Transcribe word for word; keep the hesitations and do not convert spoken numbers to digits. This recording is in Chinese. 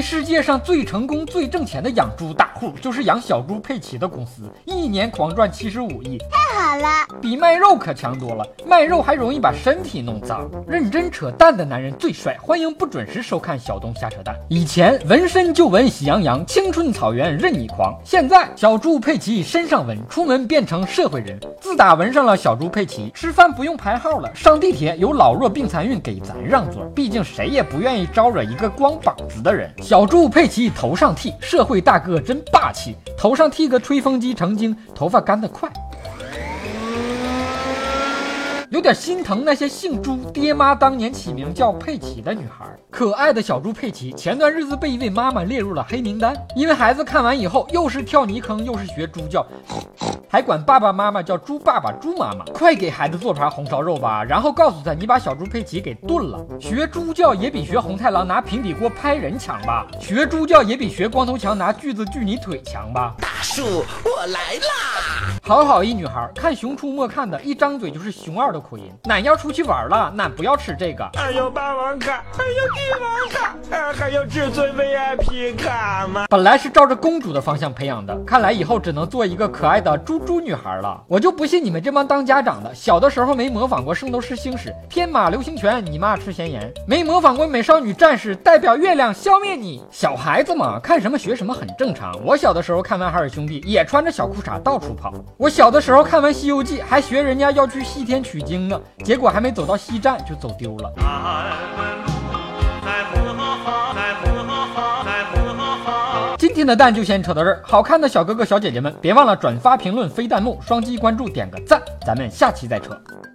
世界上最成功、最挣钱的养猪大户就是养小猪佩奇的公司，一年狂赚七十五亿， 太好了， 比卖肉可强多了。卖肉还容易把身体弄脏。认真扯淡的男人最帅，欢迎不准时收看小东瞎扯淡。以前纹身就纹喜羊羊，青春草原任你狂。现在小猪佩奇身上纹，出门变成社会人。自打纹上了小猪佩奇，吃饭不用排号了，上地铁有老弱病残孕给咱让座，毕竟谁也不愿意招惹一个光膀子的人。小猪佩奇头上剃，社会大哥真霸气，头上剃个吹风机成精，头发干得快。有点心疼那些姓朱爹妈当年起名叫佩奇的女孩。可爱的小猪佩奇前段日子被一位妈妈列入了黑名单，因为孩子看完以后又是跳泥坑又是学猪叫，还管爸爸妈妈叫猪爸爸猪妈妈。快给孩子做盘红烧肉吧，然后告诉他你把小猪佩奇给炖了。学猪叫也比学红太狼拿平底锅拍人强吧，学猪叫也比学光头强拿锯子锯你腿强吧。 大叔我来啦！ 好好一女孩看熊出没看的一张嘴就是熊二的口音，俺要出去玩了，俺不要吃这个。 还有霸王卡，还有帝王卡，呃，还有至尊 V I P 卡吗？ 本来是照着公主的方向培养的，看来以后只能做一个可爱的猪猪女孩了。我就不信你们这帮当家长的，小的时候没模仿过圣斗士星矢，天马流星拳你妈吃咸盐，没模仿过美少女战士代表月亮消灭你。小孩子嘛，看什么学什么很正常。我小的时候看完海尔兄弟也穿着小裤衩到处跑，我小的时候看完西游记还学人家要去西天取经呢，结果还没走到西站就走丢了。今天的蛋就先扯到这儿，好看的小哥哥小姐姐们别忘了转发评论飞弹幕，双击关注点个赞，咱们下期再扯。